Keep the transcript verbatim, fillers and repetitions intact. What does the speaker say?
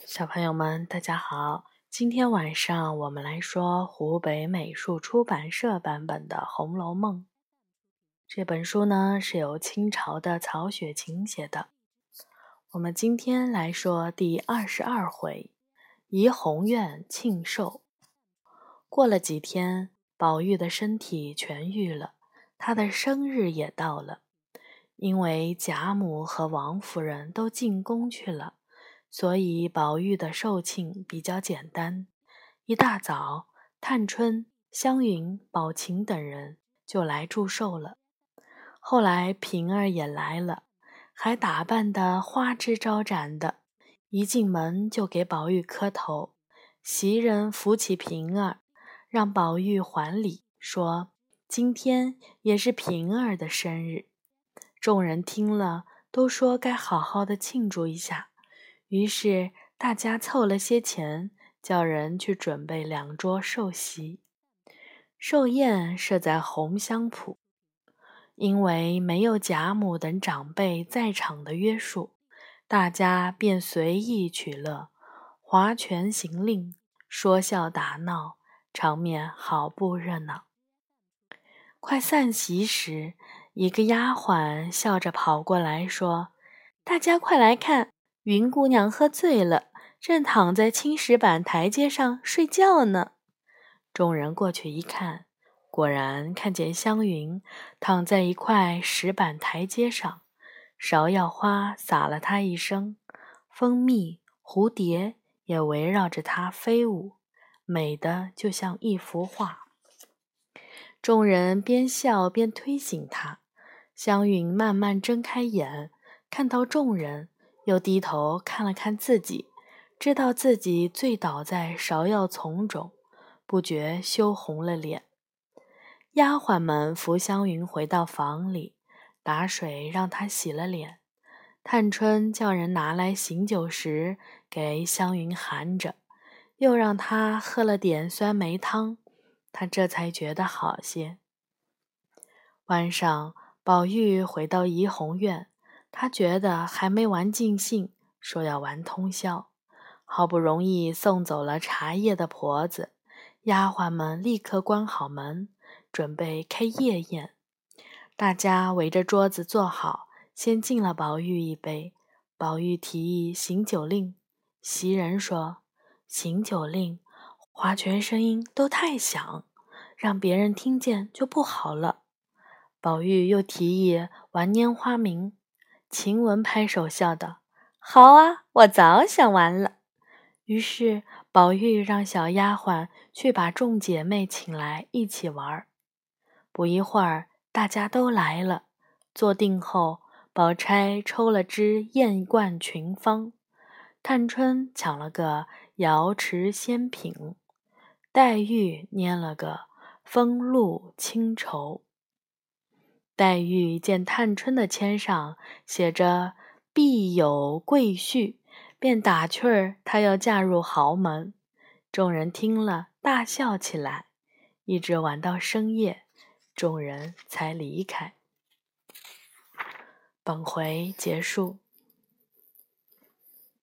小朋友们，大家好！今天晚上我们来说湖北美术出版社版本的《红楼梦》。这本书呢是由清朝的曹雪芹写的。我们今天来说第二十二回，怡红院庆寿。过了几天，宝玉的身体痊愈了，他的生日也到了。因为贾母和王夫人都进宫去了，所以宝玉的寿庆比较简单。一大早，探春、湘云、宝琴等人就来祝寿了。后来平儿也来了，还打扮得花枝招展的，一进门就给宝玉磕头。袭人扶起平儿，让宝玉还礼，说今天也是平儿的生日。众人听了，都说该好好的庆祝一下，于是大家凑了些钱，叫人去准备两桌寿席。寿宴设在红香圃，因为没有贾母等长辈在场的约束，大家便随意取乐，划拳行令，说笑打闹，场面好不热闹。快散席时，一个丫鬟笑着跑过来说：大家快来看，云姑娘喝醉了，正躺在青石板台阶上睡觉呢。众人过去一看，果然看见湘云躺在一块石板台阶上，芍药花洒了她一身，蜂蜜、蝴蝶也围绕着她飞舞，美得就像一幅画。众人边笑边推醒她，湘云慢慢睁开眼，看到众人，又低头看了看自己，知道自己醉倒在芍药丛中，不觉羞红了脸。丫鬟们扶湘云回到房里，打水让她洗了脸。探春叫人拿来醒酒时给湘云含着，又让她喝了点酸梅汤，她这才觉得好些。晚上，宝玉回到怡红院，他觉得还没玩尽兴，说要玩通宵。好不容易送走了茶叶的婆子，丫鬟们立刻关好门，准备开夜宴。大家围着桌子坐好，先敬了宝玉一杯。宝玉提议行酒令，袭人说：行酒令，划拳声音都太响，让别人听见就不好了。宝玉又提议玩拈花名，晴雯拍手笑道：好啊，我早想完了。于是宝玉让小丫鬟去把众姐妹请来一起玩。不一会儿，大家都来了。坐定后，宝钗抽了支艳冠群芳，探春抢了个瑶池仙品，黛玉拈了个风露清愁。黛玉见探春的签上写着必有贵婿，便打趣儿她要嫁入豪门。众人听了大笑起来，一直玩到深夜，众人才离开。本回结束。